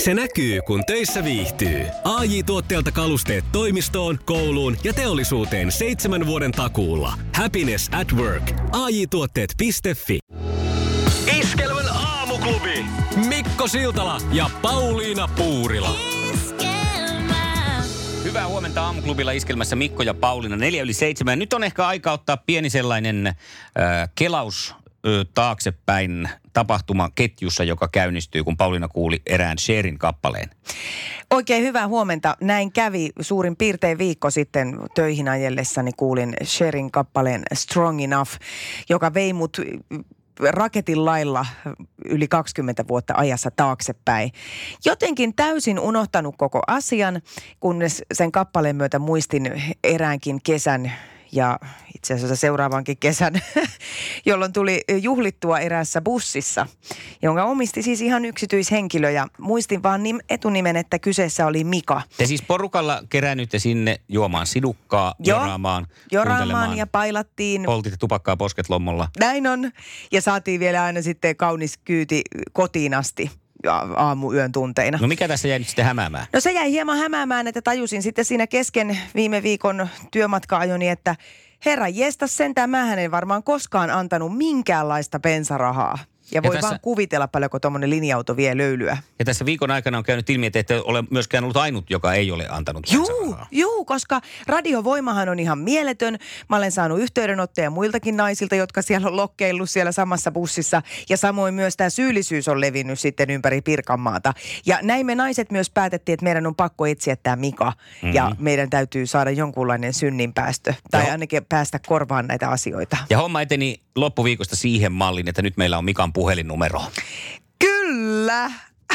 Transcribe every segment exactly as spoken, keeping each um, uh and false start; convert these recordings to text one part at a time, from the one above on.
Se näkyy, kun töissä viihtyy. A J-tuotteelta kalusteet toimistoon, kouluun ja teollisuuteen seitsemän vuoden takuulla. Happiness at work. A J tuotteet piste fi. Iskelmän aamuklubi. Mikko Siltala ja Pauliina Puurila. Iskelmä. Hyvää huomenta aamuklubilla Iskelmässä Mikko ja Pauliina. Neljä yli seitsemän. Nyt on ehkä aika ottaa pieni sellainen äh, kelaus äh, taaksepäin tapahtumaketjussa, joka käynnistyy, kun Pauliina kuuli erään Sherin kappaleen. Oikein hyvää huomenta. Näin kävi suurin piirtein viikko sitten töihin ajellessani kuulin Sherin kappaleen Strong Enough, joka vei mut raketin lailla yli kaksikymmentä vuotta ajassa taaksepäin. Jotenkin täysin unohtanut koko asian, kunnes sen kappaleen myötä muistin eräänkin kesän ja itse asiassa seuraavankin kesän, jolloin tuli juhlittua eräässä bussissa, jonka omisti siis ihan yksityishenkilö ja muistin vaan etunimen, että kyseessä oli Mika. Te siis porukalla kerännytte sinne juomaan sidukkaa, Joo, joraamaan, joraamaan ja pailattiin. Poltitte tupakkaa posket lommolla. Näin on. Ja saatiin vielä aina sitten kaunis kyyti kotiin asti aamuyön tunteina. No mikä tässä jäi nyt sitten hämäämään? No se jäi hieman hämäämään, että tajusin sitten siinä kesken viime viikon työmatka-ajoni, että herra jestas sentään, mähän en varmaan koskaan antanut minkäänlaista bensarahaa. Ja voi ja tässä, vaan kuvitella paljonko tuommoinen linja-auto vie löylyä. Ja tässä viikon aikana on käynyt ilmi, että ette ole myöskään ollut ainut, joka ei ole antanut Juu, juu, koska radiovoimahan on ihan mieletön. Mä olen saanut yhteydenottoja muiltakin naisilta, jotka siellä on lokkeillut siellä samassa bussissa. Ja samoin myös tämä syyllisyys on levinnyt sitten ympäri Pirkanmaata. Ja näin me naiset myös päätettiin, että meidän on pakko etsiä tämä Mika. Mm-hmm. Ja meidän täytyy saada jonkunlainen synninpäästö. Tai Joo. ainakin päästä korvaan näitä asioita. Ja homma eteni loppuviikosta siihen malliin, että nyt meillä on Mikan puhelinnumero. Kyllä.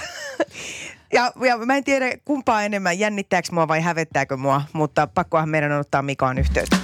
ja, ja mä en tiedä kumpaa enemmän, jännittääkö mua vai hävettääkö mua, mutta pakkohan meidän on ottaa Mikaan yhteyttä.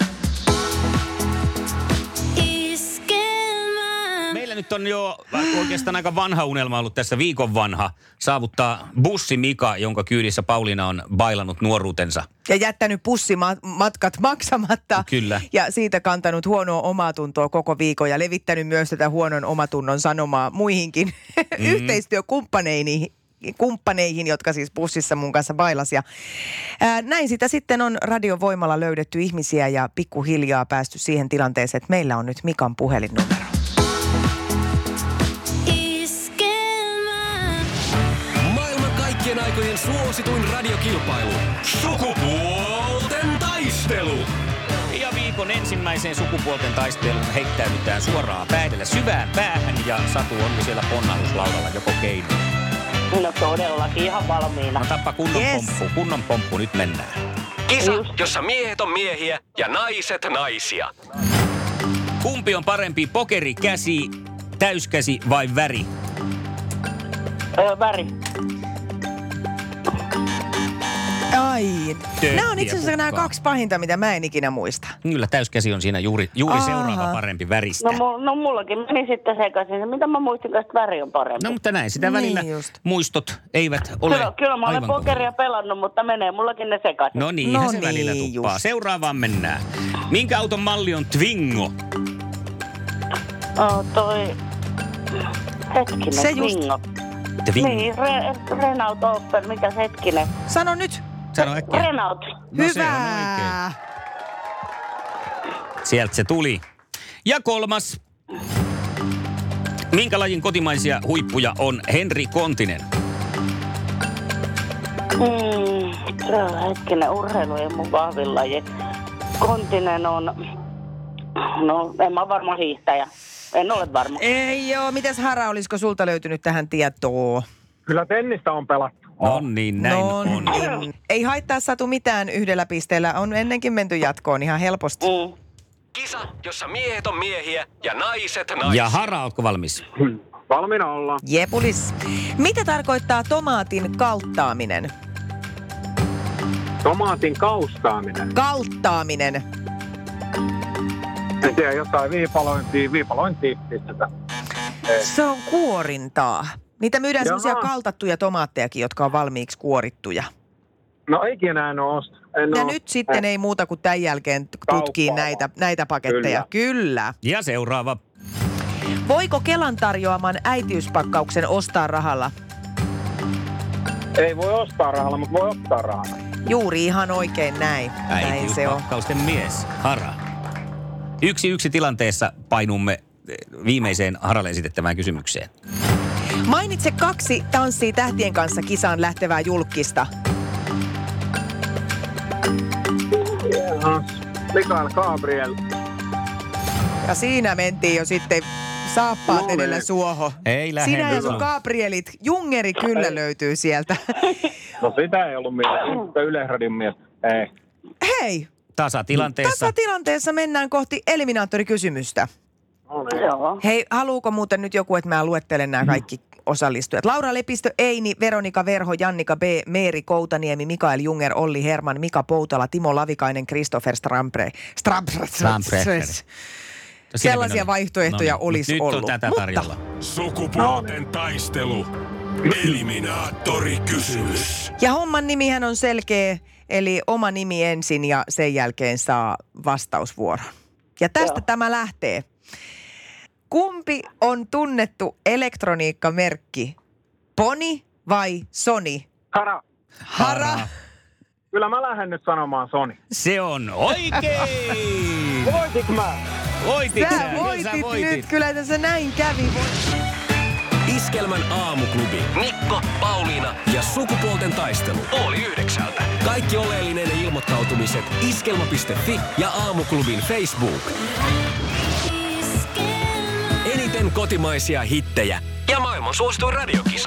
Meillä nyt on jo oikeastaan aika vanha unelma ollut tässä viikon vanha saavuttaa bussi Mika, jonka kyydissä Pauliina on bailannut nuoruutensa. Ja jättänyt bussimatkat maksamatta. Kyllä. Ja siitä kantanut huonoa omatuntoa koko viikon ja levittänyt myös tätä huonon omatunnon sanomaa muihinkin mm. yhteistyökumppaneihin. kumppaneihin, jotka siis bussissa mun kanssa bailas. Ja, ää, näin sitä sitten on radiovoimalla löydetty ihmisiä ja pikkuhiljaa päästy siihen tilanteeseen, että meillä on nyt Mikan puhelinnumero. Kaikkien aikojen suosituin radiokilpailu. Sukupuolten taistelu. Ja viikon ensimmäiseen sukupuolten taisteluun heittäydytään suoraan päädellä syvään päähän ja Satu on siellä ponnahduslaudalla joko keino. No todellakin ihan valmiina. No tappa kunnon yes. pomppu, kunnon pomppu, nyt mennään. Kisa, jossa miehet on miehiä ja naiset naisia. Kumpi on parempi, pokerikäsi, täyskäsi vai väri? Öö, väri. Ai. Nämä on itse asiassa nämä kaksi pahinta, mitä mä en ikinä muista. Kyllä, täyskäsi on siinä juuri, juuri seuraava parempi väristä. No, no mullakin meni sitten sekaisin. Mitä mä muistin, että väri on parempi? No mutta näin, sitä välillä niin muistot eivät ole Kyllä, kyllä mä olen pokeria pelannut, mutta menee mullakin ne sekaisin. No niin, no se niin, välillä tuppaa. Just. Seuraavaan mennään. Minkä auton malli on Twingo? Oh, toi... Hetkinen, se just... Twingo. Twingo. Niin, Re- Renault Open, mikäs hetkinen? Sano nyt. Sano äkkiä. Renault. No hyvä. Se on oikein. Sieltä se tuli. Ja kolmas. Minkä lajin kotimaisia huippuja on Henri Kontinen? Hmm, hetkinen, urheilu ei mun vahvin laji. Kontinen on, no en mä varmaan hiihtäjä. En ole varma. Ei joo, mitäs Hara, olisiko sulta löytynyt tähän tietoa? Kyllä tennistä on pelattu. No niin, näin no, on. Niin. Ei haittaa Satu mitään yhdellä pisteellä. On ennenkin menty jatkoon ihan helposti. Mm. Kisa, jossa miehet on miehiä ja naiset naisia. Ja Hara, ootko valmis? Valmiina ollaan. Jepulis. Mitä tarkoittaa tomaatin kalttaaminen? Tomaatin kaustaaminen. Kalttaaminen. En tiedä, jotain viipalointia, viipalointia pistetään. Se on kuorintaa. Niitä myydään Jaha. semmoisia kaltattuja tomaattejakin, jotka on valmiiksi kuorittuja. No ikinä en ole ostanut. Ja nyt sitten ei muuta kuin tämän jälkeen tutkii näitä, näitä paketteja. Kyllä. Kyllä. Ja seuraava. Voiko Kelan tarjoaman äitiyspakkauksen ostaa rahalla? Ei voi ostaa rahalla, mutta voi ottaa rahalla. Juuri ihan oikein näin. Näin se on. Äitiyspakkausten mies, Hara. Yksi yksi tilanteessa painumme viimeiseen Haralle esitettävään kysymykseen. Mainitse kaksi Tanssii tähtien kanssa kisaan lähtevää julkista. Jaha. Mikael Gabriel. Ja siinä mentiin jo sitten saappaat No edellä niin. suoho. Ei lähde Sinä ja nyt. sun Gabrielit. Jungeri kyllä löytyy sieltä. No sitä ei ollut mieltä. Yhtä Yleisradion mies. Ei. Hei, Tasatilanteessa. tasatilanteessa mennään kohti eliminaattorikysymystä. No niin. Joo. Hei, haluuko muuten nyt joku, että mä luettelen nämä kaikki osallistujat? Laura Lepistö, Eini, Veronika Verho, Jannika B, Meeri Koutaniemi, Mikael Junger, Olli Herman, Mika Poutala, Timo Lavikainen, Christopher Strampre. Strampre. Strampre. Sellaisia vaihtoehtoja olisi nyt ollut. Nyt on tätä Mutta- tarjolla. Sukupuolten taistelu. Eliminaattorikysymys. Ja homman nimihän on selkeä, eli oma nimi ensin ja sen jälkeen saa vastausvuoron. Ja tästä Joo. tämä lähtee. Kumpi on tunnettu elektroniikkamerkki? Pony vai Sony? Hara. Hara. Hara. Kyllä mä lähden nyt sanomaan Sony. Se on oikein! Voitik mä? Voitit Sä sä, kyllä voitit, sä voitit. nyt, kyllä tässä näin kävi. Iskelmän aamuklubi. Mikko, Pauliina ja sukupuolten taistelu. Oli yhdeksältä. Kaikki oleellinen ilmoittautumiset iskelma piste fi ja aamuklubin Facebook. Eniten kotimaisia hittejä ja maailman suosituin radiokisa.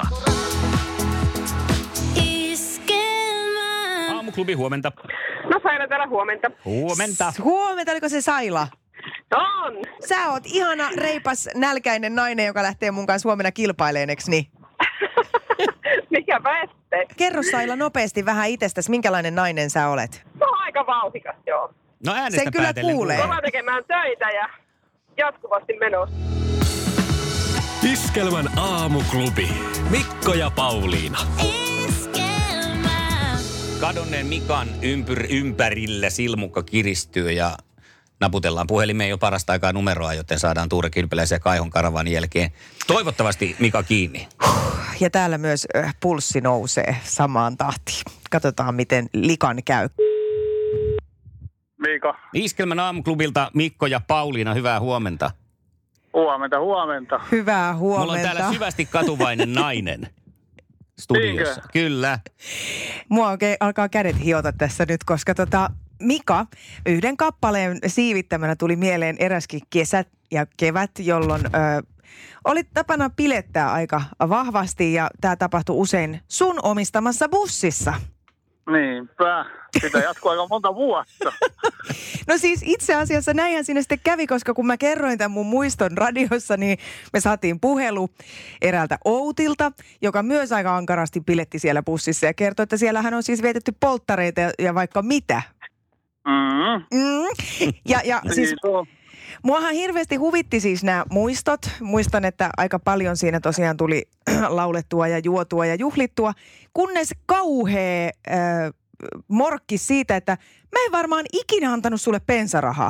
Iskelmä. Aamuklubi, huomenta. No Saila täällä huomenta. Huomenta. Huomenta, oliko se Saila? On. Sä oot ihana, reipas, nälkäinen nainen, joka lähtee mun kanssa huomenna kilpaileen, eks niin? Mikäpä ettei. Kerro Saila nopeasti vähän itsestäsi, minkälainen nainen sä olet? No aika vauhdikas, joo. No äänestä Sen kyllä päätellen kuulee. kuuluu. Kova tekemään töitä ja jatkuvasti menossa. Iskelmän aamuklubi. Mikko ja Pauliina. Iskelmä. Kadonneen Mikan ympyr, ympärillä silmukka kiristyy ja naputellaan puhelimeen jo parasta aikaa numeroa, joten saadaan Tuure Kilpeläisen ja Kaihon karavan jälkeen toivottavasti Mika kiinni. Ja täällä myös äh, pulssi nousee samaan tahtiin. Katsotaan, miten likan käy. Miika. Iskelmän aamuklubilta Mikko ja Pauliina, hyvää huomenta. Huomenta, huomenta. Hyvää Mulla on huomenta. täällä syvästi katuvainen nainen studiossa. Niinkö? Kyllä. Mua oikein alkaa kädet hiota tässä nyt, koska tota, Mika, yhden kappaleen siivittämänä tuli mieleen eräskin kesät ja kevät, jolloin ö, oli tapana pilettää aika vahvasti ja tämä tapahtui usein sun omistamassa bussissa. Niinpä. Sitä jatkuu aika monta vuotta. No siis itse asiassa näinhän siinä sitten kävi, koska kun mä kerroin tämän mun muiston radiossa, niin me saatiin puhelu eräältä Outilta, joka myös aika ankarasti piletti siellä bussissa ja kertoi, että siellähän on siis vietetty polttareita ja, ja vaikka mitä. Mm. Mm. Ja, ja siis Niin on. muahan hirveästi huvitti siis nämä muistot. Muistan, että aika paljon siinä tosiaan tuli laulettua ja juotua ja juhlittua, kunnes kauhea äh, morkki siitä, että mä en varmaan ikinä antanut sulle bensarahaa.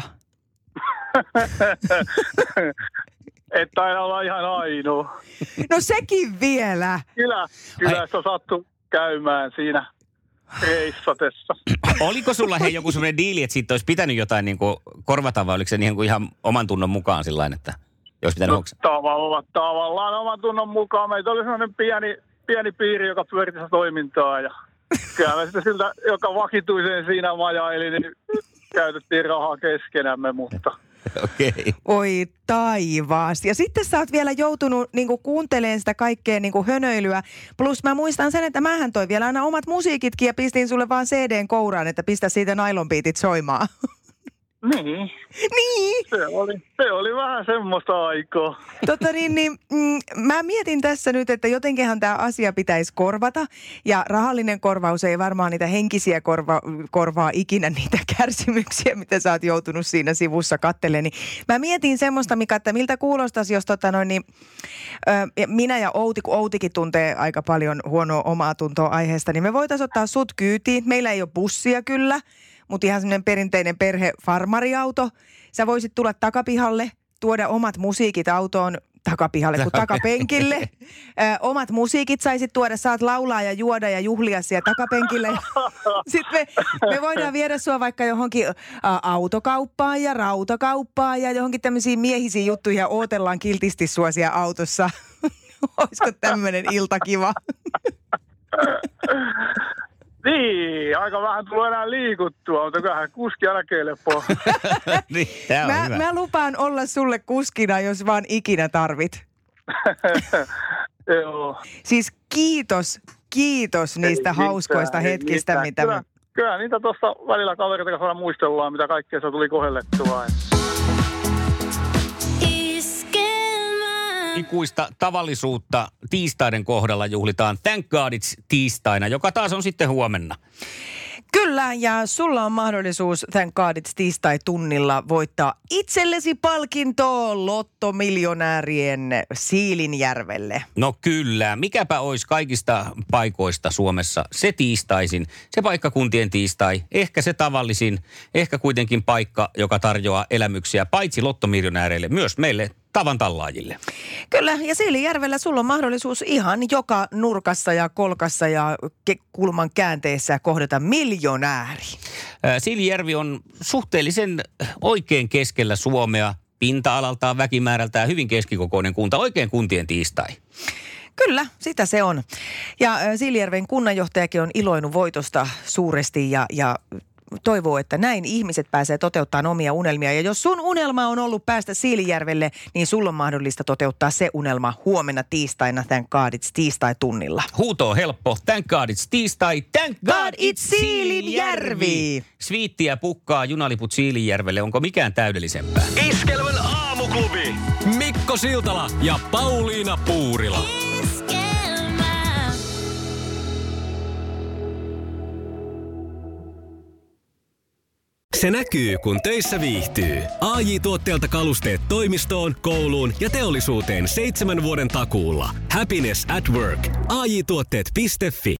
Et taida olla ihan ainoa. No sekin vielä. Kyllä, kyllä se sattui käymään siinä reissatessa. Oliko sulla hei joku sellainen diili, että siitä olisi pitänyt jotain niin kuin korvata vai oliko se niin kuin ihan oman tunnon mukaan sillain, että jos pitänyt No, hoksaa? tavallaan, tavallaan oman tunnon mukaan. Meitä oli sellainen pieni, pieni piiri, joka pyöritti sitä toimintaa. Ja kyllä me sitten siltä, joka vakituiseen siinä majaili, niin käytettiin rahaa keskenämme, mutta... Okei. Okay. Oi taivaas. Ja sitten sä oot vielä joutunut niinku kuuntelemaan sitä kaikkea niinku hönöilyä. Plus mä muistan sen, että mähän toi vielä aina omat musiikitkin ja pistin sulle vaan C D:n kouraan, että pistä siitä nailonbiitit soimaan. Niin, Niin. se oli, se oli vähän semmoista aikaa. Totta niin, niin mm, mä mietin tässä nyt, että jotenkinhan tämä asia pitäisi korvata. Ja rahallinen korvaus ei varmaan niitä henkisiä korva, korvaa ikinä niitä kärsimyksiä, mitä sä oot joutunut siinä sivussa kattelemaan. Niin mä mietin semmoista, Mika, että miltä kuulostaisi, jos tota noin, niin, ö, minä ja Outi, kun Outikin tuntee aika paljon huonoa omaa tuntoa aiheesta, niin me voitaisiin ottaa sut kyytiin. Meillä ei ole bussia kyllä, mutta ihan semmoinen perinteinen perhefarmariauto. Sä voisit tulla takapihalle, tuoda omat musiikit autoon, takapihalle kuin takapenkille. Ö, omat musiikit saisit tuoda, saat laulaa ja juoda ja juhlia siellä takapenkillä. Sitten me, me voidaan viedä sua vaikka johonkin ä, autokauppaan ja rautakauppaan ja johonkin tämmöisiin miehisiin juttuihin ja ootellaan kiltisti sua siellä autossa. Olisiko tämmöinen ilta kiva? Niin, aika vähän tulee enää liikuttua, mutta kyllähän kuski aina kelpoo. Niin, tää on Mä, hyvä. mä lupaan olla sulle kuskina, jos vaan ikinä tarvit. Joo. Siis kiitos, kiitos niistä Ei hauskoista mitään, ei hetkistä, mitään. mitä Kyllä, me... kyllä niitä tuossa välillä kavereita kanssa aina muistellaan, mitä kaikkea se tuli kohellettua. Iskelmä. Ikuista tavallisuutta tiistaiden kohdalla juhlitaan Thank God It's tiistaina, joka taas on sitten huomenna. Kyllä, ja sulla on mahdollisuus Thank God It's tiistai-tunnilla voittaa itsellesi palkintoa lottomiljonäärien Siilinjärvelle. No kyllä, mikäpä olisi kaikista paikoista Suomessa se tiistaisin, se paikkakuntien tiistai, ehkä se tavallisin, ehkä kuitenkin paikka, joka tarjoaa elämyksiä paitsi lottomiljonääreille, myös meille tavan tallaajille. Kyllä, ja Siilinjärvellä sulla on mahdollisuus ihan joka nurkassa ja kolkassa ja ke- kulman käänteessä kohdata miljonääri. Ää, Siilijärvi on suhteellisen oikein keskellä Suomea, pinta-alaltaan, väkimäärältään hyvin keskikokoinen kunta, oikein kuntien tiistai. Kyllä, sitä se on. Ja äh, Siilijärven kunnanjohtajakin on iloinut voitosta suuresti ja, ja toivoo, että näin ihmiset pääsee toteuttamaan omia unelmia. Ja jos sun unelma on ollut päästä Siilijärvelle, niin sulla on mahdollista toteuttaa se unelma huomenna tiistaina Thank God It's tiistai-tunnilla. Huuto on helppo. Thank God it's tiistai. Thank God it's Siilinjärvi. Sviittiä pukkaa junaliput Siilinjärvelle. Onko mikään täydellisempää? Iskelmän aamuklubi. Mikko Siltala ja Pauliina Puurila. Iskelmä. Se näkyy, kun töissä viihtyy. A J-tuotteelta kalusteet toimistoon, kouluun ja teollisuuteen seitsemän vuoden takuulla. Happiness at work. A J tuotteet piste fi.